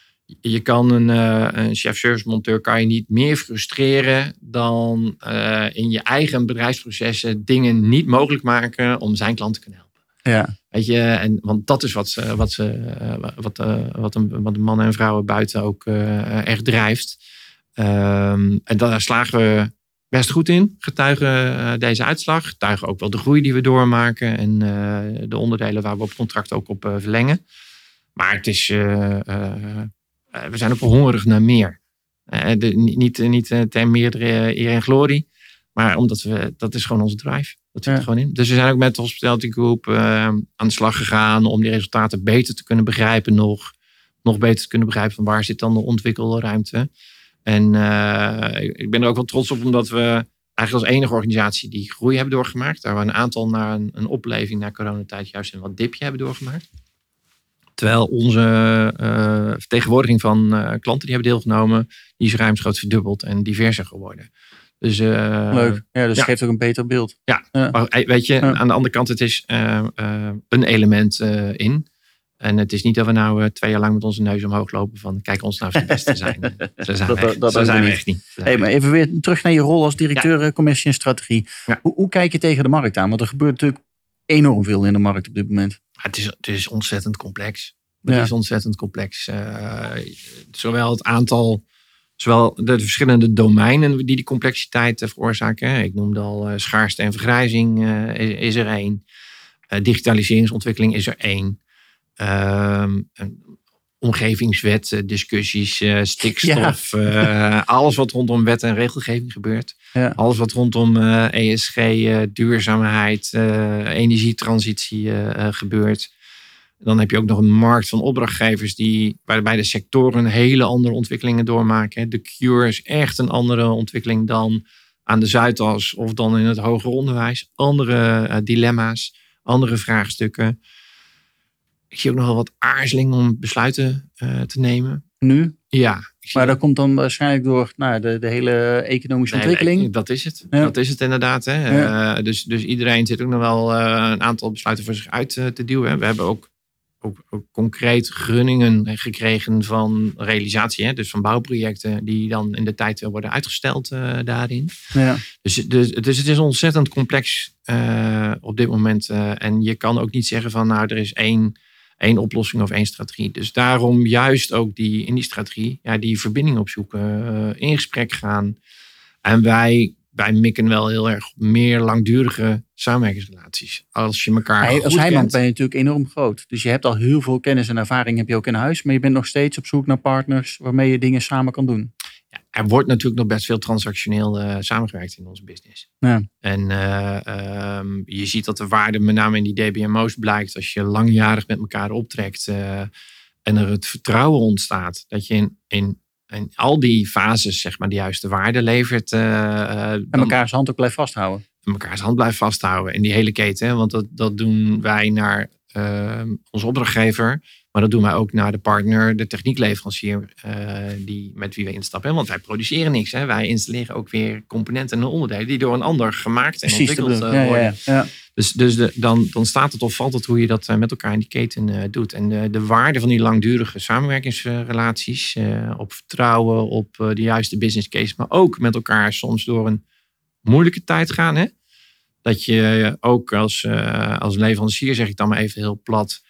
Je kan een, uh, een chef-service monteur kan je niet meer frustreren dan uh, in je eigen bedrijfsprocessen dingen niet mogelijk maken om zijn klant te kunnen helpen. Ja. Weet je, en, want dat is wat, ze, wat, ze, uh, wat, uh, wat, een, wat de mannen en vrouwen buiten ook uh, echt drijft. Um, en daar slagen we best goed in, getuigen uh, deze uitslag. Getuigen ook wel de groei die we doormaken en uh, de onderdelen waar we op contract ook op uh, verlengen. Maar het is... Uh, uh, We zijn ook wel hongerig naar meer. Uh, de, niet niet uh, ten meerdere eer en glorie. Maar omdat we, dat is gewoon onze drive. Dat zit er ja. gewoon in. Dus we zijn ook met de Hospitality Group uh, aan de slag gegaan. Om die resultaten beter te kunnen begrijpen nog. Nog beter te kunnen begrijpen van waar zit dan de ontwikkelruimte. En uh, ik ben er ook wel trots op. Omdat we eigenlijk als enige organisatie die groei hebben doorgemaakt. Daar we een aantal naar een, een opleving na coronatijd juist een wat dipje hebben doorgemaakt. Terwijl onze uh, vertegenwoordiging van uh, klanten die hebben deelgenomen, die is ruimschoots verdubbeld en diverser geworden. Dus, uh, Leuk. Ja, dus ja. geeft ook een beter beeld. Ja, ja. Maar, weet je, ja. aan de andere kant, het is uh, uh, een element uh, in. En het is niet dat we nou uh, twee jaar lang met onze neus omhoog lopen van kijk ons nou eens de beste zijn. Zo zijn dat, we echt, dat, zo dat zijn we niet. echt niet. Hey, maar even weer terug naar je rol als directeur ja. commercie en strategie. Ja. Hoe, hoe kijk je tegen de markt aan? Want er gebeurt natuurlijk enorm veel in de markt op dit moment. Ja, het, is, het is ontzettend complex. Het ja. is ontzettend complex. Uh, zowel het aantal, zowel de verschillende domeinen die die complexiteit uh, veroorzaken. Ik noemde al uh, schaarste en vergrijzing uh, is, is er één. Uh, digitaliseringsontwikkeling is er één. Uh, omgevingswet, uh, discussies, uh, stikstof. Ja. Uh, alles wat rondom wet en regelgeving gebeurt. Ja. Alles wat rondom uh, E S G, uh, duurzaamheid, uh, energietransitie uh, gebeurt. Dan heb je ook nog een markt van opdrachtgevers die waarbij de sectoren hele andere ontwikkelingen doormaken. De Cure is echt een andere ontwikkeling dan aan de Zuidas of dan in het hoger onderwijs. Andere uh, dilemma's, andere vraagstukken. Ik zie ook nogal wat aarzeling om besluiten uh, te nemen. Nu? Ja. Maar dat komt dan waarschijnlijk door nou, de, de hele economische nee, ontwikkeling? Dat is het. Ja. Dat is het inderdaad. Hè. Ja. Uh, dus, dus iedereen zit ook nog wel uh, een aantal besluiten voor zich uit uh, te duwen. Hè. We hebben ook Ook, ook concreet gunningen gekregen van realisatie. Hè? Dus van bouwprojecten die dan in de tijd worden uitgesteld uh, daarin. Ja. Dus, dus, dus het is ontzettend complex uh, op dit moment. Uh, en je kan ook niet zeggen van nou er is één, één oplossing of één strategie. Dus daarom juist ook die, in die strategie ja, die verbinding opzoeken. Uh, in gesprek gaan. En wij... Wij mikken wel heel erg meer langdurige samenwerkingsrelaties. Als je elkaar hey, goed Als Heijmans kent. ben je natuurlijk enorm groot. Dus je hebt al heel veel kennis en ervaring heb je ook in huis. Maar je bent nog steeds op zoek naar partners waarmee je dingen samen kan doen. Ja, er wordt natuurlijk nog best veel transactioneel uh, samengewerkt in onze business. Ja. En uh, um, je ziet dat de waarde met name in die D B M O's blijkt als je langjarig met elkaar optrekt. Uh, en er het vertrouwen ontstaat. Dat je in... in En al die fases, zeg maar, de juiste waarde levert. Uh, en elkaars hand ook blijft vasthouden. En elkaars hand blijft vasthouden in die hele keten. Want dat, dat doen wij naar uh, onze opdrachtgever. Maar dat doen wij ook naar de partner, de techniekleverancier uh, die, met wie we instappen. Want wij produceren niks. Hè. Wij installeren ook weer componenten en onderdelen die door een ander gemaakt en Precies ontwikkeld uh, ja, worden. Ja, ja. Dus, dus de, dan, dan staat het of valt het hoe je dat uh, met elkaar in die keten uh, doet. En de, de waarde van die langdurige samenwerkingsrelaties, uh, op vertrouwen, op uh, de juiste business case, maar ook met elkaar soms door een moeilijke tijd gaan. Hè? Dat je ook als, uh, als leverancier, zeg ik dan maar even heel plat,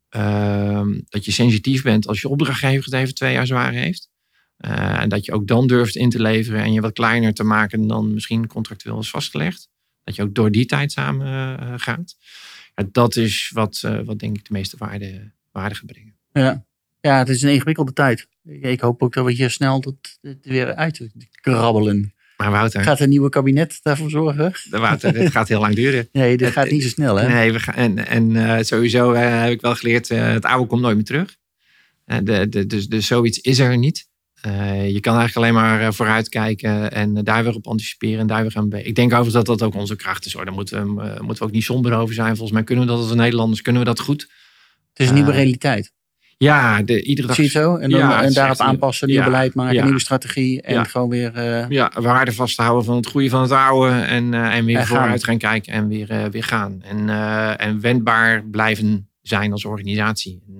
uh, dat je sensitief bent als je opdrachtgever het even twee jaar zwaar heeft. Uh, en dat je ook dan durft in te leveren en je wat kleiner te maken dan misschien contractueel is vastgelegd. Dat je ook door die tijd samen uh, gaat. Ja, dat is wat, uh, wat denk ik de meeste waarde, waarde gaat brengen. Ja. ja, het is een ingewikkelde tijd. Ik hoop ook dat we hier snel dat weer uit krabbelen. Maar Wouter... Gaat een nieuwe kabinet daarvoor zorgen? Wouter, dit gaat heel lang duren. Nee, dit gaat niet zo snel, hè? Nee, we gaan, en, en uh, sowieso uh, heb ik wel geleerd, uh, het oude komt nooit meer terug. Uh, de, de, dus, dus zoiets is er niet. Uh, je kan eigenlijk alleen maar uh, vooruitkijken en uh, daar weer op anticiperen en daar weer gaan. Be- ik denk overigens dat dat ook onze kracht is hoor. Daar moeten we, uh, moeten we ook niet somber over zijn. Volgens mij kunnen we dat als Nederlanders, kunnen we dat goed. Het is een uh, nieuwe realiteit. Ja, de, iedere dag. Zie je het zo? En, dan, ja, en daarop aanpassen, nieuw ja, beleid maken, ja. nieuwe strategie en ja. gewoon weer... Uh... Ja, waarde vasthouden van het goede van het oude en, uh, en weer en vooruit gaan kijken en weer, uh, weer gaan. En, uh, en wendbaar blijven zijn als organisatie. En,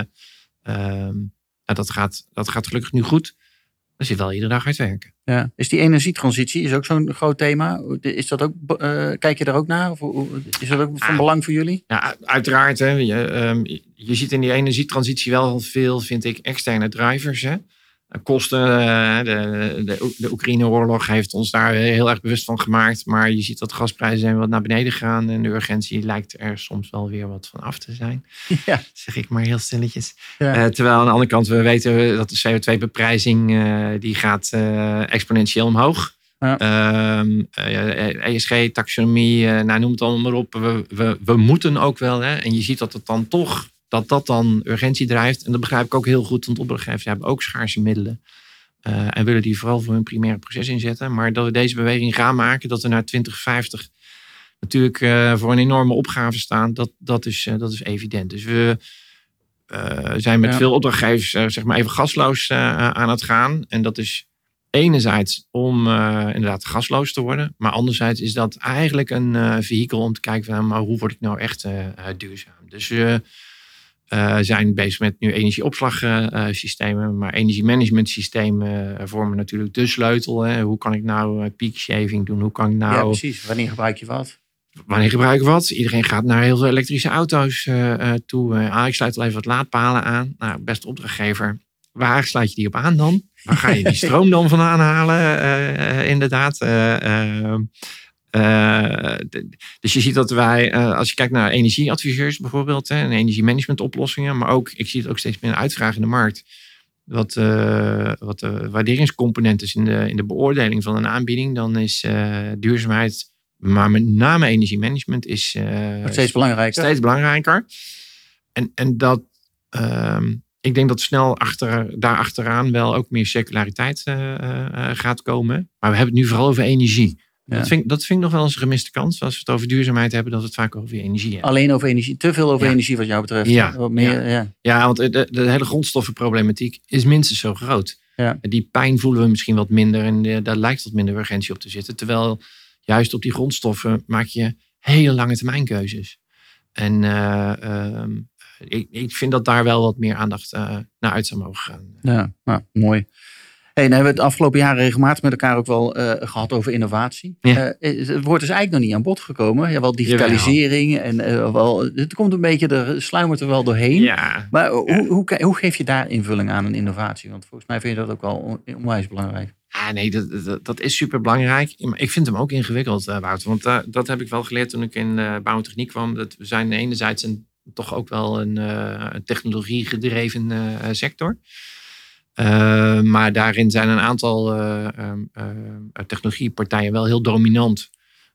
uh, um, Nou, dat, gaat, dat gaat gelukkig nu goed. Dan zit wel iedere dag hard werken. Ja. Is die energietransitie is ook zo'n groot thema? Is dat ook, uh, kijk je daar ook naar? Of is dat ook van ah, belang voor jullie? Ja, uiteraard. Hè. Je, um, je ziet in die energietransitie wel veel, vind ik, externe drivers. Hè. Kosten, de, de, de Oekraïne-oorlog heeft ons daar heel erg bewust van gemaakt. Maar je ziet dat de gasprijzen zijn wat naar beneden gaan. En de urgentie lijkt er soms wel weer wat van af te zijn. Ja. Zeg ik maar heel stilletjes. Ja. Uh, terwijl aan de andere kant we weten dat de C O twee beprijzing uh, die gaat uh, exponentieel omhoog. Ja. Um, uh, E S G, taxonomie, uh, nou, noem het allemaal maar op. We, we, we moeten ook wel. Hè, en je ziet dat het dan toch... dat dat dan urgentie drijft. En dat begrijp ik ook heel goed, want opdrachtgevers hebben ook schaarse middelen. Uh, en willen die vooral voor hun primaire proces inzetten. Maar dat we deze beweging gaan maken, dat we naar twintig vijftig natuurlijk uh, voor een enorme opgave staan, dat, dat, is, uh, dat is evident. Dus we uh, zijn met ja. veel opdrachtgevers uh, zeg maar even gasloos uh, aan het gaan. En dat is Enerzijds om uh, inderdaad gasloos te worden. Maar anderzijds is dat eigenlijk een uh, vehikel om te kijken van, maar hoe word ik nou echt uh, duurzaam. Dus we uh, uh, zijn bezig met nu energieopslagsystemen. Uh, maar energiemanagementsystemen uh, vormen natuurlijk de sleutel. Hè. Hoe kan ik nou uh, peak shaving doen? Hoe kan ik nou... Ja, precies. Wanneer gebruik je wat? Wanneer gebruik ik wat? Iedereen gaat naar heel veel elektrische auto's uh, uh, toe. Uh, ah, ik sluit al even wat laadpalen aan. Nou, beste opdrachtgever. Waar sluit je die op aan dan? Waar ga je die stroom dan vandaan halen? Uh, uh, inderdaad. Uh, uh, uh, dus je ziet dat wij, uh, als je kijkt naar energieadviseurs bijvoorbeeld, hè, en energiemanagementoplossingen, maar ook, ik zie het ook steeds meer een uitvraag in de markt, wat, uh, wat de waarderingscomponent is in de, in de beoordeling van een aanbieding, dan is uh, duurzaamheid, maar met name energiemanagement, is uh, steeds belangrijker. Steeds belangrijker. En, en dat... Uh, Ik denk dat snel achter, daar achteraan wel ook meer circulariteit uh, uh, gaat komen. Maar we hebben het nu vooral over energie. Ja. Dat, vind, dat vind ik nog wel eens een gemiste kans. Als we het over duurzaamheid hebben, dat we het vaak over energie hebben. Alleen over energie. Te veel over ja. energie wat jou betreft. Ja, wat meer, ja. ja. ja want de, de hele grondstoffenproblematiek is minstens zo groot. Ja. Die pijn voelen we misschien wat minder. En de, daar lijkt wat minder urgentie op te zitten. Terwijl juist op die grondstoffen maak je hele lange termijn keuzes. En... Uh, um, Ik, ik vind dat daar wel wat meer aandacht uh, naar uit zou mogen gaan. Ja, nou, mooi. Hey, nou hebben we het afgelopen jaren regelmatig met elkaar ook wel uh, gehad over innovatie. Ja. Uh, het wordt dus eigenlijk nog niet aan bod gekomen. Ja, wel digitalisering Jawel. en uh, wel, het komt een beetje, er sluimert er wel doorheen. Ja. Maar uh, ja. Hoe, hoe, hoe geef je daar invulling aan een innovatie? Want volgens mij vind je dat ook wel onwijs belangrijk. Ah, nee, dat, dat, dat is super belangrijk. Ik vind hem ook ingewikkeld, uh, Wouter. Want uh, dat heb ik wel geleerd toen ik in uh, bouw en techniek kwam. Dat we zijn enerzijds een toch ook wel een, uh, een technologie-gedreven uh, sector. Uh, maar daarin zijn een aantal uh, uh, uh, technologiepartijen wel heel dominant.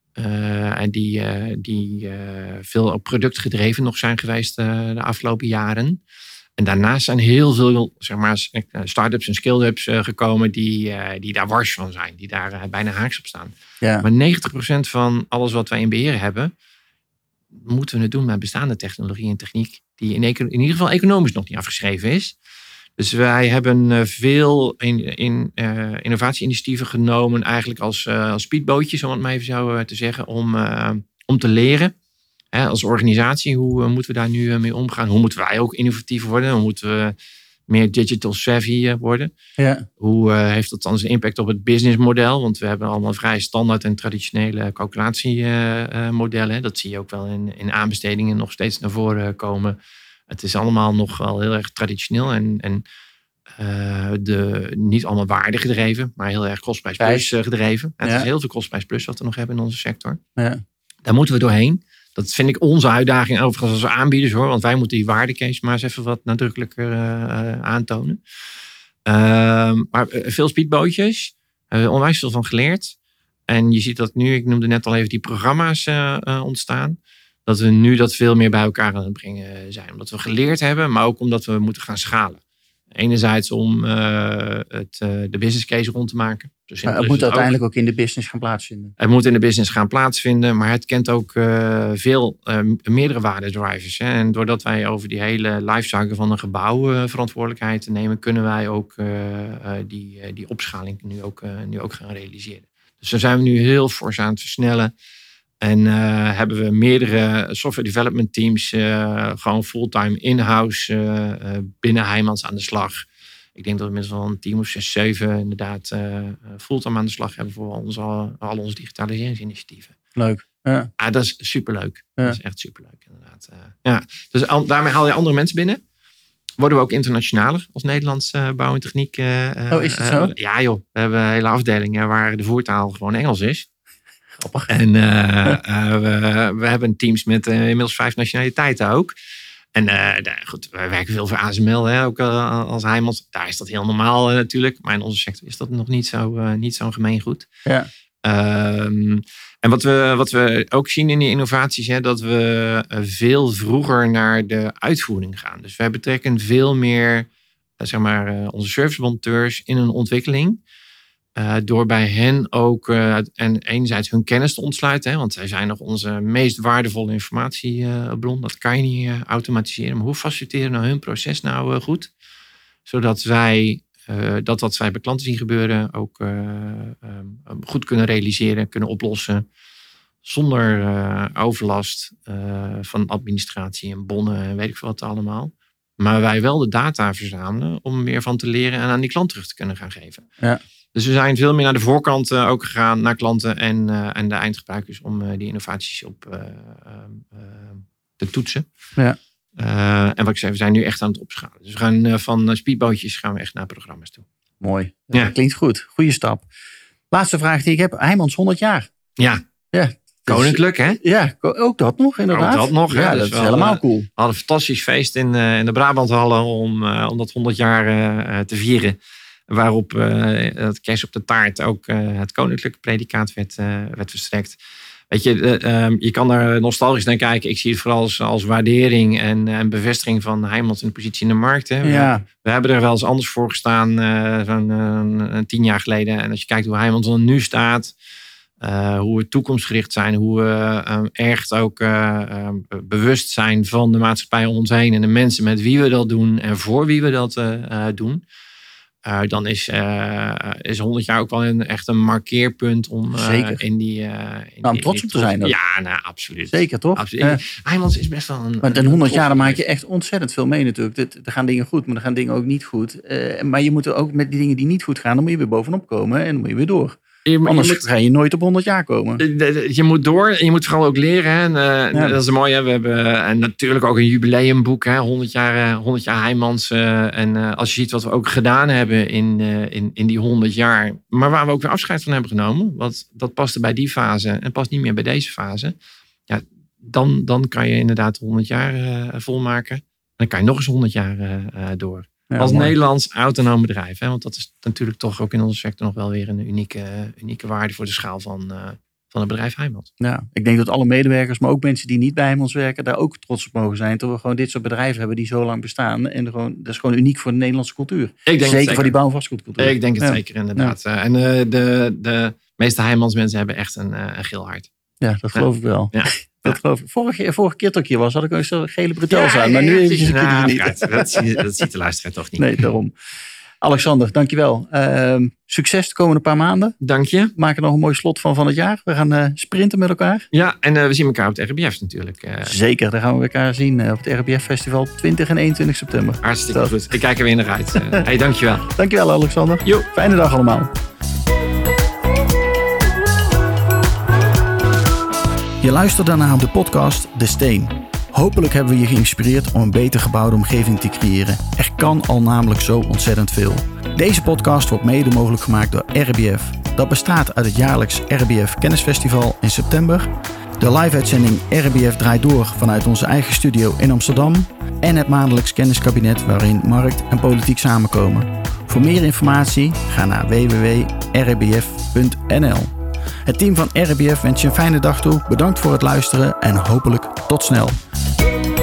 Uh, en die, uh, die uh, veel op product gedreven nog zijn geweest uh, de afgelopen jaren. En daarnaast zijn heel veel zeg maar, start-ups en scale-ups uh, gekomen die, uh, die daar wars van zijn. Die daar uh, bijna haaks op staan. Ja. Maar negentig procent van alles wat wij in beheer hebben, moeten we het doen met bestaande technologie en techniek die in, in ieder geval economisch nog niet afgeschreven is. Dus wij hebben veel in, in, uh, innovatie-initiatieven genomen eigenlijk als, uh, als speedbootjes, om het maar even zo uh, te zeggen, om, uh, om te leren. Hè, als organisatie, hoe uh, moeten we daar nu uh, mee omgaan? Hoe moeten wij ook innovatief worden? Hoe moeten we meer digital savvy uh, worden? Ja. Hoe uh, heeft dat dan zijn impact op het businessmodel? Want we hebben allemaal vrij standaard en traditionele calculatiemodellen. Uh, dat zie je ook wel in, in aanbestedingen nog steeds naar voren komen. Het is allemaal nog wel heel erg traditioneel en, en uh, de, niet allemaal waarde gedreven, maar heel erg kostprijs plus uh, gedreven. Ja. Het is heel veel kostprijs plus wat we nog hebben in onze sector. Ja. Daar moeten we doorheen. Dat vind ik onze uitdaging overigens als aanbieders hoor. Want wij moeten die waardecase maar eens even wat nadrukkelijker uh, aantonen. Uh, maar uh, veel speedbootjes. Uh, onwijs veel van geleerd. En je ziet dat nu, ik noemde net al even die programma's uh, uh, ontstaan. Dat we nu dat veel meer bij elkaar aan het brengen zijn. Omdat we geleerd hebben, maar ook omdat we moeten gaan schalen. Enerzijds om uh, het, uh, de business case rond te maken. Dus maar het moet uiteindelijk ook. ook in de business gaan plaatsvinden. Het moet in de business gaan plaatsvinden, maar het kent ook uh, veel, uh, meerdere waardedrivers. Hè. En doordat wij over die hele lifecycle van een gebouw uh, verantwoordelijkheid nemen, kunnen wij ook uh, uh, die, uh, die opschaling nu ook, uh, nu ook gaan realiseren. Dus daar zijn we nu heel fors aan het versnellen. En uh, hebben we meerdere software development teams uh, gewoon fulltime in-house uh, uh, binnen Heijmans aan de slag. Ik denk dat we met wel een team of zes, zeven inderdaad uh, fulltime aan de slag hebben voor onze, al onze digitaliseringsinitiatieven. Leuk. Ja. Ah, dat is superleuk. Ja. Dat is echt superleuk inderdaad. Uh, ja. Dus al, daarmee haal je andere mensen binnen. Worden we ook internationaler als Nederlands uh, bouw en techniek. Uh, oh, is het zo? Uh, ja joh, we hebben een hele afdeling waar de voertaal gewoon Engels is. Grappig. En uh, uh, we, we hebben teams met uh, inmiddels vijf nationaliteiten ook. En uh, goed, wij werken veel voor A S M L, hè, ook uh, als Heijmans. Daar is dat heel normaal uh, natuurlijk. Maar in onze sector is dat nog niet zo, uh, niet zo'n gemeengoed. Ja. Um, en wat we, wat we ook zien in die innovaties, hè, dat we uh, veel vroeger naar de uitvoering gaan. Dus wij betrekken veel meer uh, zeg maar, uh, onze servicemonteurs in een ontwikkeling. Uh, door bij hen ook uh, en enerzijds hun kennis te ontsluiten. Hè, want zij zijn nog onze meest waardevolle informatiebron. Uh, dat kan je niet uh, automatiseren. Maar hoe faciliteren nou hun proces nou uh, goed? Zodat wij uh, dat wat wij bij klanten zien gebeuren ook uh, um, goed kunnen realiseren, kunnen oplossen. Zonder uh, overlast uh, van administratie en bonnen en weet ik veel wat allemaal. Maar wij wel de data verzamelen om meer van te leren en aan die klant terug te kunnen gaan geven. Ja. Dus we zijn veel meer naar de voorkant uh, ook gegaan, naar klanten en, uh, en de eindgebruikers om uh, die innovaties op uh, uh, te toetsen. Ja. Uh, en wat ik zei, we zijn nu echt aan het opschalen. Dus we gaan uh, van speedbootjes gaan we echt naar programma's toe. Mooi. Ja. Dat klinkt goed. Goeie stap. Laatste vraag die ik heb. Heijmans honderd jaar. Ja. Ja. Koninklijk, hè? Ja, ook dat nog inderdaad. Ook dat nog. Ja, dus dat is wel, helemaal cool. We hadden een fantastisch feest in, uh, in de Brabanthallen om, uh, om dat honderd jaar uh, te vieren. Waarop uh, het kerst op de taart ook uh, het koninklijke predicaat werd, uh, werd verstrekt. Weet je, uh, um, je kan daar nostalgisch naar kijken. Ik zie het vooral als, als waardering en, en bevestiging van Heijmans in de positie in de markt. Hè. Ja. We, we hebben er wel eens anders voor gestaan, uh, zo'n uh, tien jaar geleden. En als je kijkt hoe Heijmans er nu staat, uh, hoe we toekomstgericht zijn, hoe we uh, echt ook uh, uh, bewust zijn van de maatschappij om ons heen en de mensen met wie we dat doen en voor wie we dat uh, uh, doen. Uh, dan is, uh, is honderd jaar ook wel een, echt een markeerpunt om uh, Zeker. in die... Uh, in nou, om die, trots op te zijn ook. Ja, nou, absoluut. Zeker, toch? Absoluut. Uh, Heijmans is best wel een... maar in honderd jaar dan maak je echt ontzettend veel mee natuurlijk. Er gaan dingen goed, maar er gaan dingen ook niet goed. Uh, maar je moet er ook met die dingen die niet goed gaan, dan moet je weer bovenop komen en dan moet je weer door. Je, Anders je moet, ga je nooit op honderd jaar komen. Je moet door en je moet vooral ook leren. En, uh, ja. Dat is mooi. Hè? We hebben en natuurlijk ook een jubileumboek. Hè? honderd jaar, honderd jaar Heijmans. Uh, en uh, als je ziet wat we ook gedaan hebben in, uh, in, in die honderd jaar. Maar waar we ook weer afscheid van hebben genomen. Want dat paste bij die fase en past niet meer bij deze fase. Ja, dan, dan kan je inderdaad honderd jaar uh, volmaken. En dan kan je nog eens honderd jaar uh, uh, door. Ja, als mooi. Nederlands autonoom bedrijf. Hè? Want dat is natuurlijk toch ook in onze sector nog wel weer een unieke, unieke waarde voor de schaal van, uh, van het bedrijf Heijmans. Ja, ik denk dat alle medewerkers, maar ook mensen die niet bij Heijmans werken, daar ook trots op mogen zijn. Dat we gewoon dit soort bedrijven hebben die zo lang bestaan. En gewoon, dat is gewoon uniek voor de Nederlandse cultuur. Ik denk zeker, zeker voor die bouw- en vastgoedcultuur. Ik denk het ja. zeker inderdaad. Ja. En uh, de, de meeste Heijmans mensen hebben echt een, uh, een geel hart. Ja, dat geloof ja. ik wel. Ja. Dat geloof ik. Vorige, vorige keer dat ik hier was, had ik ook zo'n gele bretels ja, aan. Maar nu eventjes ja, niet. Ja, dat, zie, dat ziet de luisteraar toch niet. Nee, daarom. Alexander, dankjewel. Uh, succes de komende paar maanden. Dank je. We maken nog een mooi slot van van het jaar. We gaan uh, sprinten met elkaar. Ja, en uh, we zien elkaar op het R B F natuurlijk. Uh. Zeker, daar gaan we elkaar zien uh, op het R B F Festival twintig en eenentwintig september. Hartstikke Zo. goed. Ik kijk er weer naar uit. Uh, hey, dankjewel. Dankjewel Alexander. Jo. Fijne dag allemaal. Je luistert daarna op de podcast De Steen. Hopelijk hebben we je geïnspireerd om een beter gebouwde omgeving te creëren. Er kan al namelijk zo ontzettend veel. Deze podcast wordt mede mogelijk gemaakt door R B F. Dat bestaat uit het jaarlijks R B F Kennisfestival in september, de live-uitzending R B F Draait Door vanuit onze eigen studio in Amsterdam en het maandelijks kenniskabinet waarin markt en politiek samenkomen. Voor meer informatie ga naar w w w punt r b f punt n l. Het team van R B F wens je een fijne dag toe. Bedankt voor het luisteren en hopelijk tot snel.